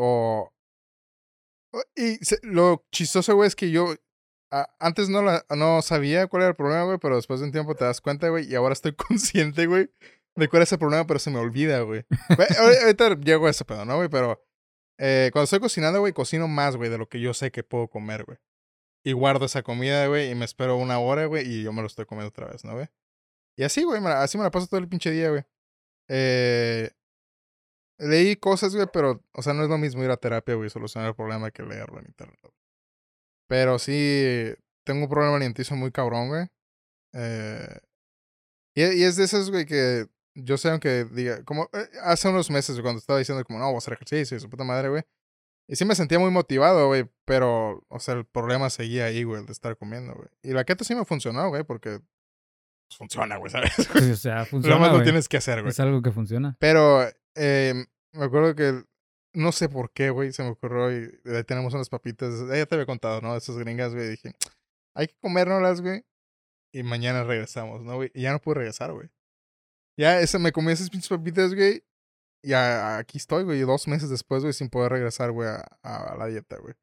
Lo chistoso, güey, es que yo antes no sabía cuál era el problema, güey, pero después de un tiempo te das cuenta, güey, y ahora estoy consciente, güey, de cuál es el problema, pero se me olvida, güey. Ahorita llego a ese pedo, ¿no, güey? Pero cuando estoy cocinando, güey, cocino más, güey, de lo que yo sé que puedo comer, güey. Y guardo esa comida, güey, y me espero una hora, güey, y yo me lo estoy comiendo otra vez, ¿no, güey? Y así, güey, así me la paso todo el pinche día, güey. Eh, Leí cosas, güey, pero, o sea, no es lo mismo ir a terapia, güey, solucionar el problema que leerlo en internet. Pero sí, tengo un problema alimenticio muy cabrón, güey. Eh, y es de esas, güey, que yo sé, aunque diga, como hace unos meses, cuando estaba diciendo, como, no, voy a hacer ejercicio y su puta madre, güey. Y sí me sentía muy motivado, güey, pero, o sea, el problema seguía ahí, güey, el de estar comiendo, güey. Y la keto sí me funcionó, güey, porque pues, funciona, güey, ¿sabes? Sí, o sea, Lo funciona, más lo güey. tienes que hacer, güey. Es algo que funciona. Pero me acuerdo que no sé por qué, güey, se me ocurrió y ahí tenemos unas papitas. Ya te había contado, ¿no? Esas gringas, güey. Dije, hay que comérnoslas, güey. Y mañana regresamos, ¿no, güey? Y ya no pude regresar, güey. Ya me comí esas pinches papitas, güey. Y aquí estoy, güey. 2 meses después, güey, sin poder regresar, güey, a la dieta, güey.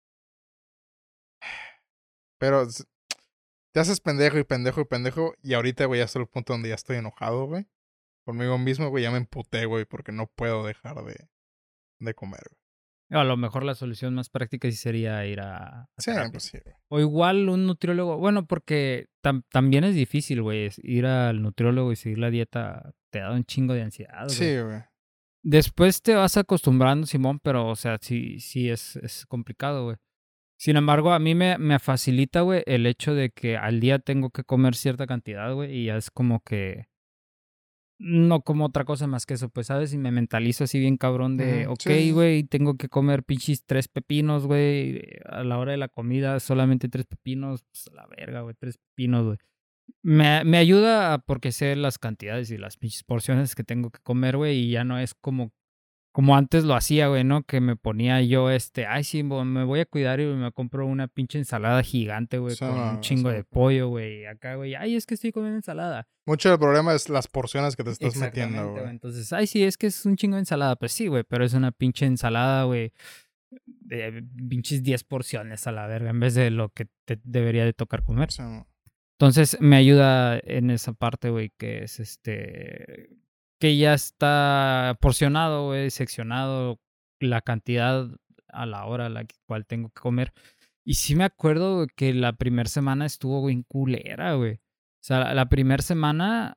Pero te haces pendejo y pendejo y pendejo. Y ahorita, güey, ya estoy al punto donde ya estoy enojado, güey. Conmigo mismo, güey. Ya me emputé, güey, porque no puedo dejar de comer, güey. A lo mejor la solución más práctica sí sería ir a Sí, terapia. pues sí, güey. O igual un nutriólogo. Bueno, porque también es difícil, güey. Ir al nutriólogo y seguir la dieta te da un chingo de ansiedad, güey. Sí, güey. Después te vas acostumbrando, Simón, pero, o sea, sí es complicado, güey. Sin embargo, a mí me facilita, güey, el hecho de que al día tengo que comer cierta cantidad, güey, y ya es como que no como otra cosa más que eso, pues, ¿sabes? Y me mentalizo así bien cabrón de, Ujú. ok, Sí, sí, sí. güey, tengo que comer pinches 3 pepinos, güey, a la hora de la comida solamente 3 pepinos, pues, a la verga, güey, 3 pepinos, güey. Me ayuda porque sé las cantidades y las pinches porciones que tengo que comer, güey, y ya no es como antes lo hacía, güey, ¿no? Que me ponía yo, ay, sí, me voy a cuidar y me compro una pinche ensalada gigante, güey, con un chingo de pollo, güey, acá, güey, ay, es que estoy comiendo ensalada. Mucho del problema es las porciones que te estás metiendo, Exactamente, güey. güey. Entonces, ay, sí, es que es un chingo de ensalada. Pues sí, güey, pero es una pinche ensalada, güey, de pinches 10 porciones a la verga, en vez de lo que te debería de tocar comer. Sí, Entonces, me ayuda en esa parte, güey, que es que ya está porcionado, güey, seccionado la cantidad a la hora a la cual tengo que comer. Y sí me acuerdo güey, que la primera semana estuvo bien culera, güey. O sea, la primera semana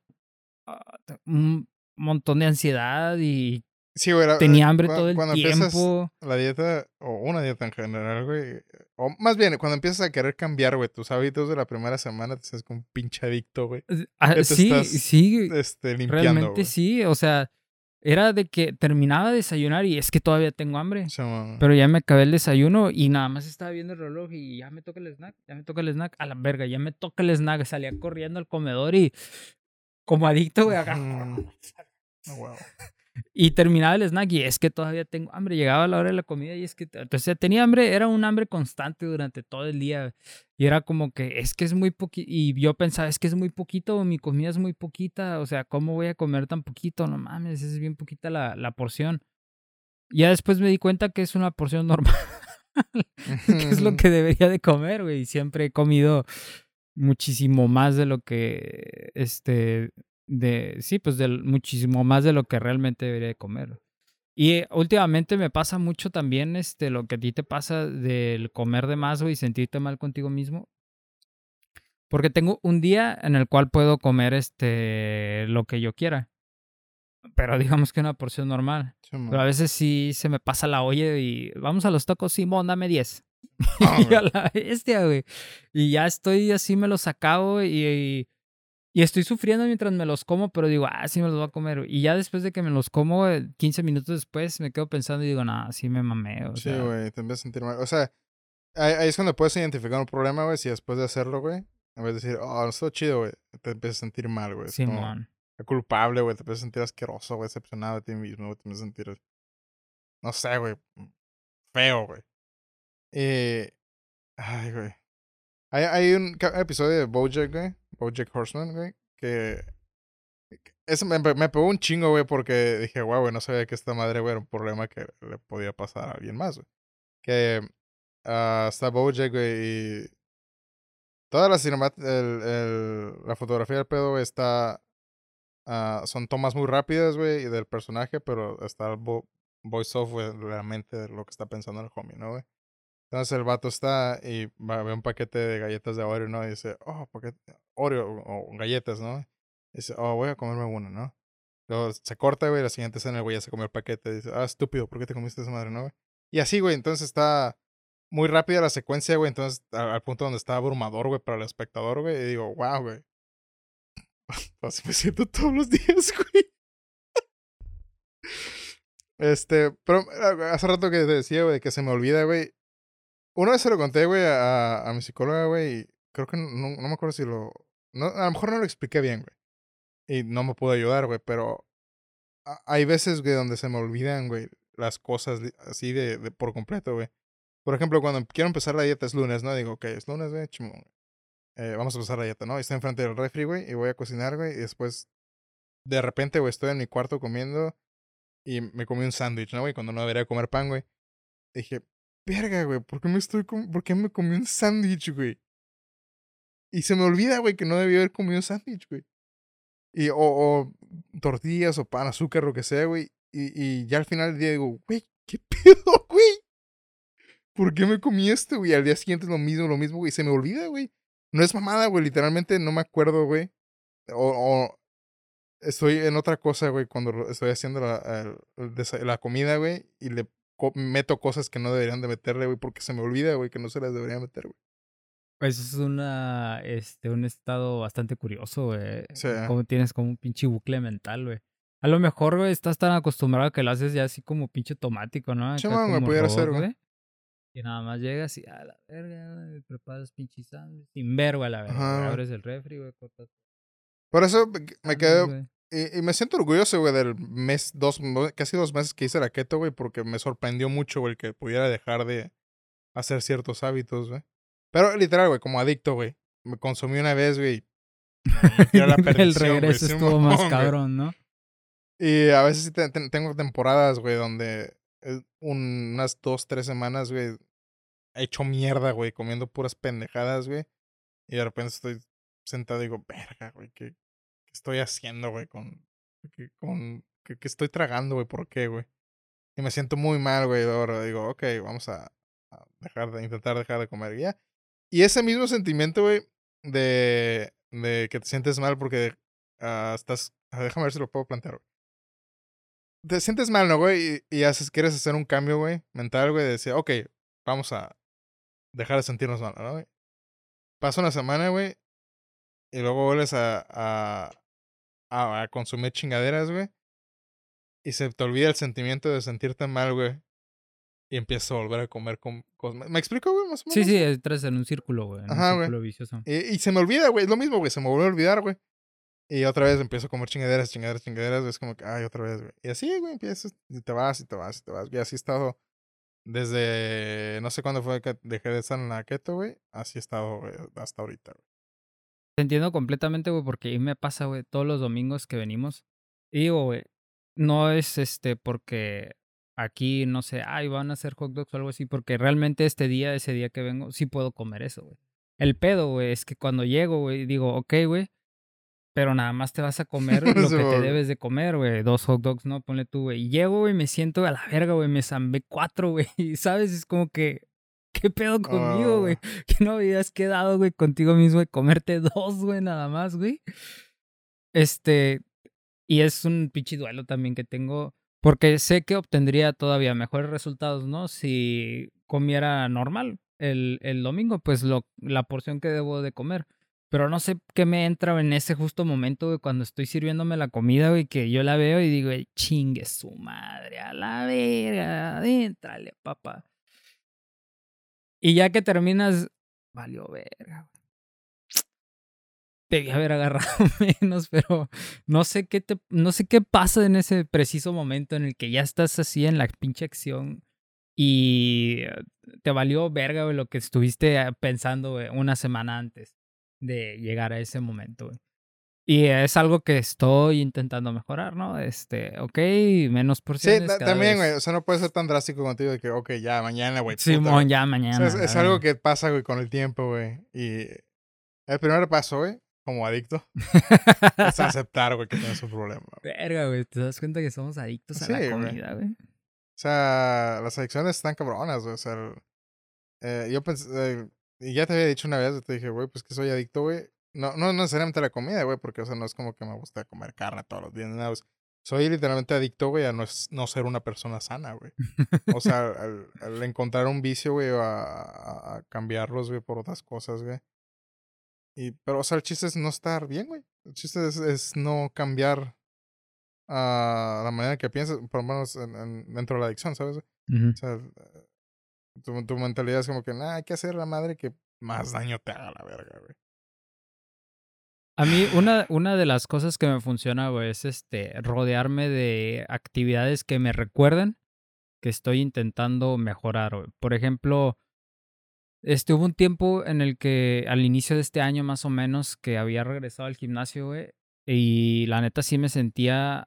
un montón de ansiedad y sí, güey, tenía hambre todo el cuando empiezas tiempo. la dieta, o una dieta en general, güey, o más bien, cuando empiezas a querer cambiar, güey, tus hábitos de la primera semana, te sientes como un pinche adicto, güey. Que te Sí, estás, sí, limpiando, realmente güey. sí. O sea, era de que terminaba de desayunar y es que todavía tengo hambre. Sí, man. Pero ya me acabé el desayuno y nada más estaba viendo el reloj y ya me toca el snack, ya me toca el snack. A la verga, ya me toca el snack. Salía corriendo al comedor y como adicto, güey, acá. Oh, wow. Y terminaba el snack y es que todavía tengo hambre. Llegaba la hora de la comida y es que, entonces tenía hambre, era un hambre constante durante todo el día. Y era como que es que es muy poquito. Y yo pensaba, es que es muy poquito, mi comida es muy poquita. O sea, ¿cómo voy a comer tan poquito? No mames, es bien poquita la porción. Ya después me di cuenta que es una porción normal, que es lo que debería de comer, güey. Y siempre he comido muchísimo más de lo que, sí, pues muchísimo más de lo que realmente debería de comer. Y últimamente me pasa mucho también, lo que a ti te pasa del comer de más, güey, y sentirte mal contigo mismo. Porque tengo un día en el cual puedo comer, lo que yo quiera. Pero digamos que una porción normal. Sí, man. Pero a veces sí se me pasa la olla y vamos a los tacos, Simón, dame 10. Vamos, Y a güey. la bestia, güey. Y ya estoy así, me los acabo y estoy sufriendo mientras me los como, pero digo, sí me los voy a comer. Y ya después de que me los como, 15 minutos después, me quedo pensando y digo, sí me mamé, o Sí, sea. güey, te empiezas a sentir mal. O sea, ahí es cuando puedes identificar un problema, güey, si después de hacerlo, güey, en vez de decir, oh, esto chido, güey, te empiezas a sentir mal, güey. Es como Simón. culpable, güey, te empiezas a sentir asqueroso, güey, decepcionado de ti mismo, güey, te empiezas a sentir, no sé, güey, feo, güey. Y, ay, güey. Hay un episodio de BoJack, güey, BoJack Horseman, güey, que eso me pegó un chingo, güey, porque dije, wow, güey, no sabía que esta madre, güey, era un problema que le podía pasar a alguien más, güey. Que está BoJack, güey, y toda la la fotografía del pedo, güey, está, son tomas muy rápidas, güey, y del personaje, pero está el voice off, güey, de la mente de lo que está pensando el homie, ¿no, güey? Entonces el vato está y ve un paquete de galletas de Oreo, ¿no? Y dice, oh, paquete Oreo o galletas, ¿no? Y dice, oh, voy a comerme una, ¿no? Luego se corta, güey, la siguiente escena el güey ya se comió el paquete. Dice, ah, estúpido, ¿por qué te comiste esa madre, no, güey? Y así, güey, entonces está muy rápida la secuencia, güey, entonces al punto donde está abrumador, güey, para el espectador, güey, y digo, wow, güey, así me siento todos los días, güey. Pero hace rato que te decía, güey, que se me olvida, güey. Una vez se lo conté, güey, a mi psicóloga, güey, y creo que no me acuerdo si lo... No, a lo mejor no lo expliqué bien, güey. Y no me pudo ayudar, güey, pero hay veces, güey, donde se me olvidan, güey, las cosas así por completo, güey. Por ejemplo, cuando quiero empezar la dieta es lunes, ¿no? Digo, ok, es lunes, güey, chimón. Vamos a empezar la dieta, ¿no? Y estoy enfrente del refri, güey, y voy a cocinar, güey, y después, de repente, güey, estoy en mi cuarto comiendo y me comí un sándwich, ¿no, güey? Cuando no debería comer pan, güey. Dije, verga, güey, ¿por qué me comí un sándwich, güey? Y se me olvida, güey, que no debía haber comido un sándwich, güey. Y, o tortillas o pan, azúcar, lo que sea, güey. Y ya al final del día digo, güey, ¿qué pedo, güey? ¿Por qué me comí esto, güey? Al día siguiente es lo mismo, güey. Se me olvida, güey. No es mamada, güey. Literalmente no me acuerdo, güey. O estoy en otra cosa, güey, cuando estoy haciendo la comida, güey. Y le meto cosas que no deberían de meterle, güey, porque se me olvida, güey, que no se las debería meter, güey. Pues es un estado bastante curioso, güey. O sea, Como tienes como un pinche bucle mental, güey. A lo mejor, güey, estás tan acostumbrado a que lo haces ya así como pinche automático, ¿no? Acá chamán, güey, como pudiera ser, robot, güey. güey. Y nada más llegas y a la verga, güey, preparas pinche sándwich. Sin ver, güey, a la verga, güey. Ajá, güey. Abres el refri, güey, cortas Por eso me sándwich, quedé. güey. Y me siento orgulloso, güey, del mes, casi 2 meses que hice la keto, güey, porque me sorprendió mucho, güey, que pudiera dejar de hacer ciertos hábitos, güey. Pero literal, güey, como adicto, güey. Me consumí una vez, güey, y me fui a la El perdición, güey, regreso sí, estuvo más mamón, güey. cabrón, ¿no? Y a veces sí tengo temporadas, güey, donde unas 2, 3 semanas, güey, he hecho mierda, güey, comiendo puras pendejadas, güey. Y de repente estoy sentado y digo, verga, güey, ¿qué estoy haciendo, güey? ¿Qué estoy tragando, güey? ¿Por qué, güey? Y me siento muy mal, güey. Ahora digo, ok, vamos a intentar dejar de comer. Y ya. Y ese mismo sentimiento, güey, de que te sientes mal porque déjame ver si lo puedo plantear, güey. Te sientes mal, ¿no, güey? Y quieres hacer un cambio, güey, mental, güey, de decir, ok, vamos a dejar de sentirnos mal, ¿no, güey? Pasa una semana, güey, y luego vuelves a consumir chingaderas, güey. Y se te olvida el sentimiento de sentirte mal, güey. Y empiezas a volver a comer con cosas. ¿Me explico, güey? Más o Sí, menos, sí, güey. entras en un círculo, güey, en un Ajá, güey. círculo vicioso. Y se me olvida, güey. Es lo mismo, güey. Se me vuelve a olvidar, güey. Y otra vez empiezo a comer chingaderas, chingaderas, chingaderas. Güey. Es como que, ay, otra vez, güey. Y así, güey, empiezas. Y te vas, y te vas, y te vas. Y así he estado desde. No sé cuándo fue que dejé de estar en la keto, güey. Así he estado, güey, hasta ahorita, güey. Te entiendo completamente, güey, porque a mí me pasa, güey, todos los domingos que venimos. Y digo, güey, no es porque aquí, no sé, ay, van a hacer hot dogs o algo así, porque realmente ese día que vengo, sí puedo comer eso, güey. El pedo, güey, es que cuando llego, güey, digo, ok, güey, pero nada más te vas a comer lo Se que te me- debes de comer, güey. 2 hot dogs, ¿no? Ponle tú, güey. Y llego, güey, me siento a la verga, güey, me zambé 4, güey. Y, ¿sabes? Es como que, ¿qué pedo conmigo, Ah, güey? Que no habías quedado, güey, contigo mismo de comerte 2, güey, nada más, güey. Este, y es un pinche duelo también que tengo, porque sé que obtendría todavía mejores resultados, ¿no? Si comiera normal el domingo, pues la porción que debo de comer. Pero no sé qué me entra en ese justo momento, güey, cuando estoy sirviéndome la comida, güey, que yo la veo y digo, chingue su madre, a la verga, adéntrale, papá. Y ya que terminas, valió verga. Debí haber agarrado menos, pero no sé qué pasa en ese preciso momento en el que ya estás así en la pinche acción y te valió verga, güey, lo que estuviste pensando, güey, una semana antes de llegar a ese momento, güey. Y es algo que estoy intentando mejorar, ¿no? Ok, menos Sí, porciones cada también, güey. vez. O sea, no puede ser tan drástico contigo de que, ok, ya, mañana, güey, puta, güey. Simón, ya O sea, mañana, la es algo verga. que pasa, güey, con el tiempo, güey. Y el primer paso, güey, como adicto, es aceptar, güey, que tienes un problema. Verga, güey, ¿te das cuenta que somos adictos a Sí, la güey. comida, güey? O sea, las adicciones están cabronas, güey. O sea, yo pensé, y ya te había dicho una vez, te dije, güey, pues que soy adicto, güey. No necesariamente a la comida, güey, porque, o sea, no es como que me gusta comer carne todos los días, nada, pues, soy literalmente adicto, güey, a no ser una persona sana, güey. O sea, al encontrar un vicio, güey, a cambiarlos, güey, por otras cosas, güey. Pero, o sea, el chiste es no estar bien, güey. El chiste es no cambiar la manera que piensas, por lo menos dentro de la adicción, ¿sabes? O Ujú. sea, tu mentalidad es como que, nah, hay que hacer la madre que más daño te haga la verga, güey. A mí, una de las cosas que me funciona, güey, es rodearme de actividades que me recuerden que estoy intentando mejorar, güey. Por ejemplo, hubo un tiempo en el que, al inicio de este año más o menos, que había regresado al gimnasio, güey, y la neta sí me sentía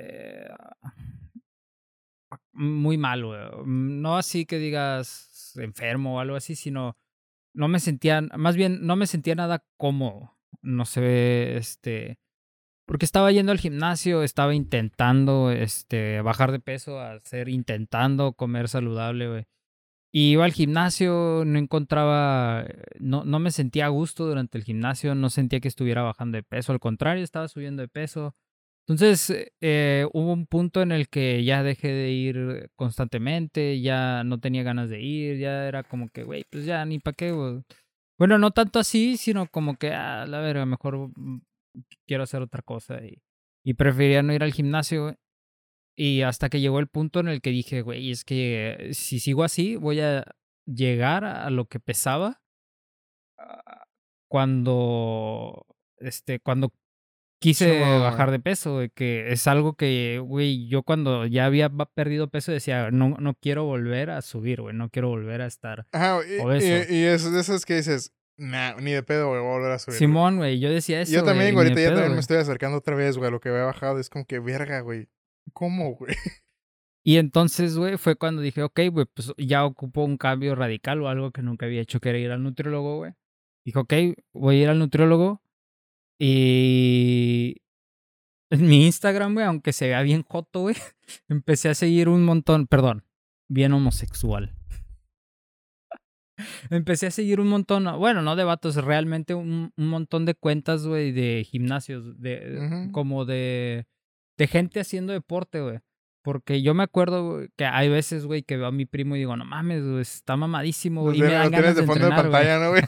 muy mal, güey. No así que digas enfermo o algo así, sino no me sentía, más bien no me sentía nada cómodo. No sé, porque estaba yendo al gimnasio, estaba intentando bajar de peso, intentando comer saludable, güey. Y iba al gimnasio, no encontraba, no me sentía a gusto durante el gimnasio, no sentía que estuviera bajando de peso, al contrario, estaba subiendo de peso. Entonces, hubo un punto en el que ya dejé de ir constantemente, ya no tenía ganas de ir, ya era como que, güey, pues ya ni para qué, güey. Bueno, no tanto así, sino como que, la verga, mejor quiero hacer otra cosa y prefería no ir al gimnasio, güey. Y hasta que llegó el punto en el que dije, güey, es que si sigo así, voy a llegar a lo que pesaba ah, cuando, cuando Sí, quise güey. bajar de peso, güey, que es algo que, güey, yo cuando ya había perdido peso decía, no quiero volver a subir, güey, no quiero volver a estar Ajá, obeso. y es de esas que dices, nah, ni de pedo, güey, voy a volver a subir, güey. Simón, güey, yo decía Y yo eso, también, güey, güey, ni de ahorita ya pedo, también me güey. estoy acercando otra vez, güey, a lo que había bajado. Es como que, verga, güey. ¿Cómo, güey? Y entonces, güey, fue cuando dije, ok, güey, pues ya ocupo un cambio radical o algo que nunca había hecho, que era ir al nutriólogo, güey. Dije, ok, voy a ir al nutriólogo y en mi Instagram, güey, aunque se vea bien joto, güey, empecé a seguir un montón, perdón, bien homosexual. Empecé a seguir un montón, bueno, no de vatos, realmente un montón de cuentas, güey, de gimnasios, Ujú. como de gente haciendo deporte, güey. Porque yo me acuerdo, güey, que hay veces, güey, que veo a mi primo y digo, no mames, güey, está mamadísimo, güey, y me dan Lo tienes ganas de de fondo de entrenar, güey. pantalla, ¿no, güey?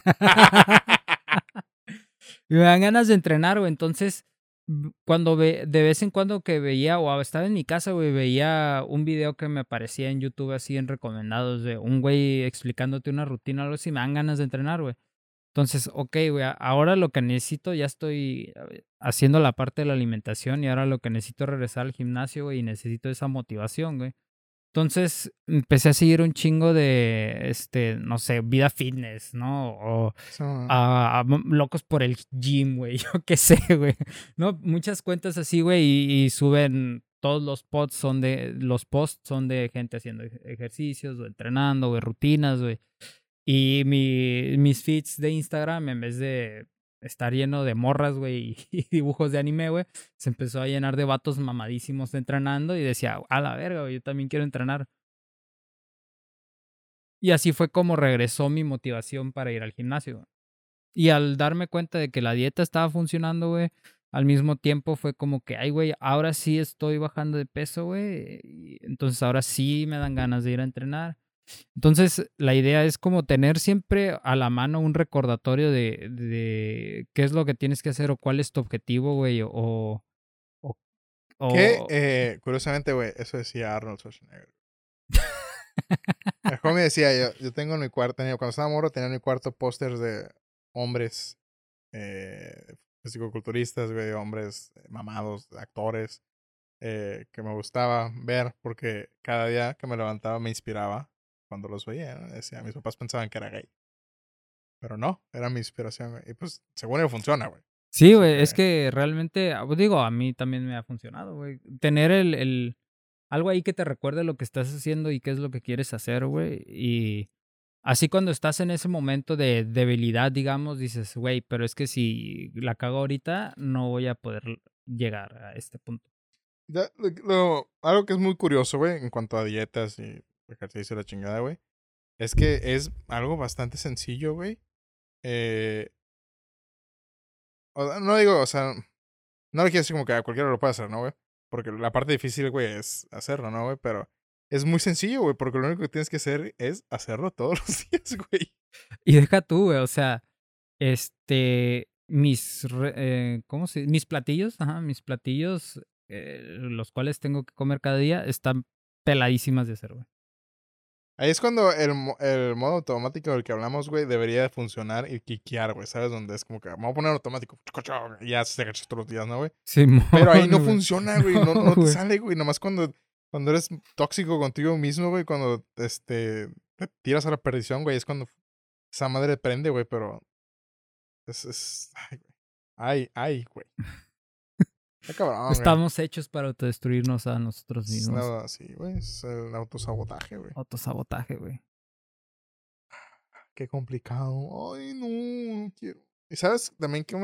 Y me dan ganas de entrenar, güey. Entonces, cuando de vez en cuando que veía, o estaba en mi casa, güey, veía un video que me aparecía en YouTube así en recomendados de un güey explicándote una rutina o algo así, me dan ganas de entrenar, güey. Entonces, ok, güey, ahora lo que necesito, ya estoy haciendo la parte de la alimentación y ahora lo que necesito es regresar al gimnasio, güey, y necesito esa motivación, güey. Entonces empecé a seguir un chingo de, no sé, vida fitness, ¿no? O Sí, güey. locos por el gym, güey, yo qué sé, güey. No, muchas cuentas así, güey, y suben, todos los posts son de gente haciendo ejercicios o entrenando, güey, rutinas, güey. Y mis feeds de Instagram, en vez de estar lleno de morras, güey, y dibujos de anime, güey, se empezó a llenar de vatos mamadísimos entrenando y decía, a la verga, güey, yo también quiero entrenar. Y así fue como regresó mi motivación para ir al gimnasio, güey. Y al darme cuenta de que la dieta estaba funcionando, güey, al mismo tiempo fue como que, ay, güey, ahora sí estoy bajando de peso, güey. Y entonces ahora sí me dan ganas de ir a entrenar. Entonces, la idea es como tener siempre a la mano un recordatorio de qué es lo que tienes que hacer o cuál es tu objetivo, güey, o, Que, o- curiosamente, güey, eso decía Arnold Schwarzenegger. El homie decía, yo tengo en mi cuarto, cuando estaba morro tenía en mi cuarto pósters de hombres fisicoculturistas, güey, hombres mamados, actores, que me gustaba ver porque cada día que me levantaba me inspiraba cuando los veía, ¿no? Decía, mis papás pensaban que era gay, pero no, era mi inspiración, güey. Y pues, según él funciona, güey. Sí, Así güey, es que, que realmente, digo, a mí también me ha funcionado, güey. Tener algo ahí que te recuerde lo que estás haciendo y qué es lo que quieres hacer, güey. Y así cuando estás en ese momento de debilidad, digamos, dices, güey, pero es que si la cago ahorita, no voy a poder llegar a este punto. algo que es muy curioso, güey, en cuanto a dietas y ejercicio y la chingada, güey, es que es algo bastante sencillo, güey. No digo, o sea, no lo quiero decir como que a cualquiera lo puede hacer, ¿no, güey? Porque la parte difícil, güey, es hacerlo, ¿no, güey? Pero es muy sencillo, güey, porque lo único que tienes que hacer es hacerlo todos los días, güey. Y deja tú, güey, o sea, mis platillos, ajá, mis platillos, los cuales tengo que comer cada día, están peladísimas de hacer, güey. Ahí es cuando el modo automático del que hablamos, güey, debería de funcionar y quiquear, güey, ¿sabes? Donde es como que vamos a poner automático, y ya se ejercicio todos los días, ¿no, güey? Simón, Pero ahí no güey. funciona, güey, no, No, no te güey. sale, güey, nomás cuando eres tóxico contigo mismo, güey, cuando, te tiras a la perdición, güey, es cuando esa madre prende, güey, pero ay, güey. Ay, güey. Está cabrón, güey. Estamos hechos para autodestruirnos a nosotros Es mismos. nada así, güey. Es el autosabotaje, güey. Autosabotaje, güey. Qué complicado. Ay, no, no quiero. Y sabes también que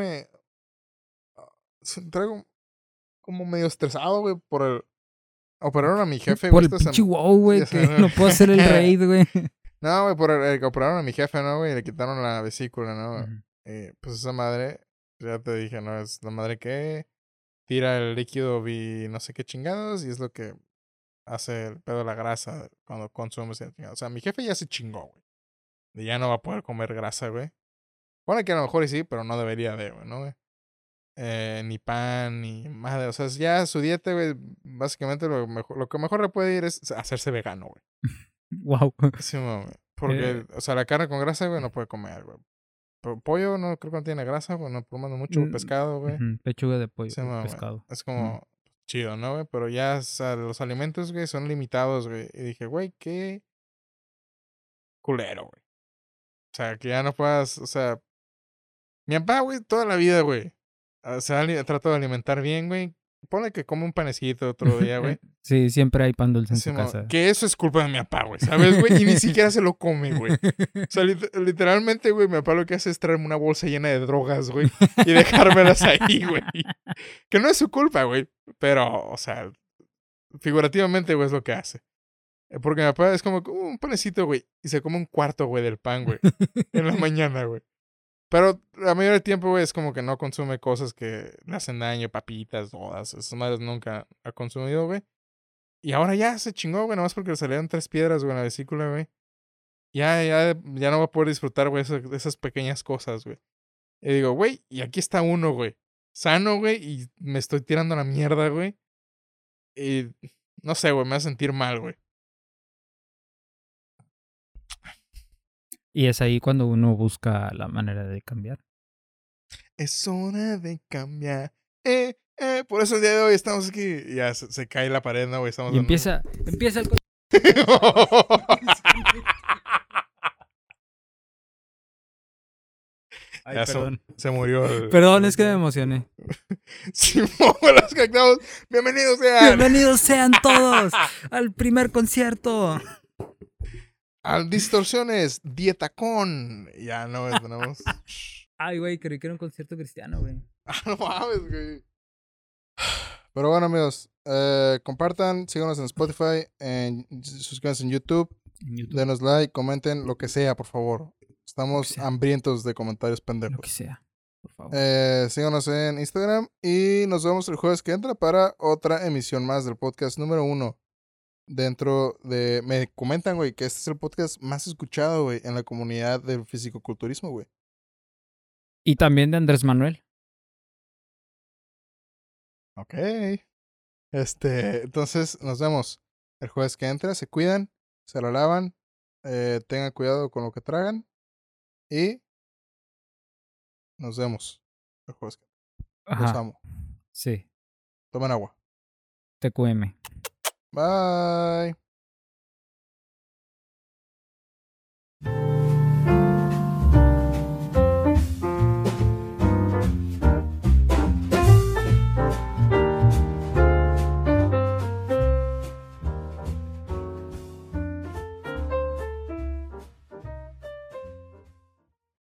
traigo como medio estresado, güey, por el operaron a mi jefe, güey, Por el esta pinche semana. wow, güey, Ya que sé. no puedo hacer el raid, güey. No, güey, por el que operaron a mi jefe, ¿no, güey? Le quitaron la vesícula, ¿no? Ujú. Pues esa madre, ya te dije, ¿no? Es la madre que tira el líquido no sé qué chingados y es lo que hace el pedo de la grasa cuando consumes el chingado. O sea, mi jefe ya se chingó, güey. Y ya no va a poder comer grasa, güey. Pone que a lo mejor y sí, pero no debería de, güey, ¿no, güey? Ni pan, ni madre. O sea, ya su dieta, güey, básicamente lo que mejor le puede ir es hacerse vegano, güey. Wow. Sí, mami. Eh, Porque, o sea, la carne con grasa, güey, no puede comer, güey. Pollo no creo que no tiene grasa, güey, no probando mucho pescado, güey. Pechuga de pollo, Sí, mami. pescado. Es Mm. como chido, ¿no, güey? Pero ya, o sea, los alimentos, güey, son limitados, güey. Y dije, güey, qué culero, güey. O sea, que ya no puedas, o sea, mi papá, güey, toda la vida, güey. Se ha tratado de alimentar bien, güey. Ponle que come un panecito otro día, güey. Sí, siempre hay pan dulce en su Así, casa. que eso es culpa de mi papá, güey, ¿sabes, güey? Y ni siquiera se lo come, güey. O sea, literalmente, güey, mi papá lo que hace es traerme una bolsa llena de drogas, güey, y dejármelas ahí, güey. Que no es su culpa, güey. Pero, o sea, figurativamente, güey, es lo que hace. Porque mi papá es como un panecito, güey, y se come un cuarto, güey, del pan, güey, en la mañana, güey. Pero la mayoría del tiempo, güey, es como que no consume cosas que le hacen daño, papitas, todas. Esas madres nunca ha consumido, güey. Y ahora ya se chingó, güey, nomás porque le salieron 3 piedras, güey, en la vesícula, güey. Ya no va a poder disfrutar, güey, esas pequeñas cosas, güey. Y digo, güey, y aquí está uno, güey. Sano, güey, y me estoy tirando a la mierda, güey. Y no sé, güey, me hace sentir mal, güey. Y es ahí cuando uno busca la manera de cambiar. Es hora de cambiar. Por eso el día de hoy estamos aquí. Y ya se cae la pared, ¿no, güey? Estamos Y dando. empieza el... Ay, Ya perdón. se murió Perdón, es que me emocioné. Simón, los cactaos. Bienvenidos sean Bienvenidos sean todos al primer concierto. al Distorsiones Dietacón. Ya no, tenemos. Ay, güey, creí que era un concierto cristiano, güey. No mames, güey. Pero bueno, amigos, compartan, síganos en Spotify, suscríbanse en YouTube, En YouTube, denos like, comenten lo que sea, por favor. lo que Estamos sea. hambrientos de comentarios Lo que pendejos. sea, por favor. Síganos en Instagram y nos vemos el jueves que entra para otra emisión más del podcast número 1. Me comentan, güey, que este es el podcast más escuchado, güey, en la comunidad del fisicoculturismo, güey. Y también de Andrés Manuel. Ok. Entonces nos vemos el jueves que entra. Se cuidan. se la lavan, tengan cuidado con lo que tragan y nos vemos. Los Ajá, amo. sí. Tomen agua. TQM. Bye.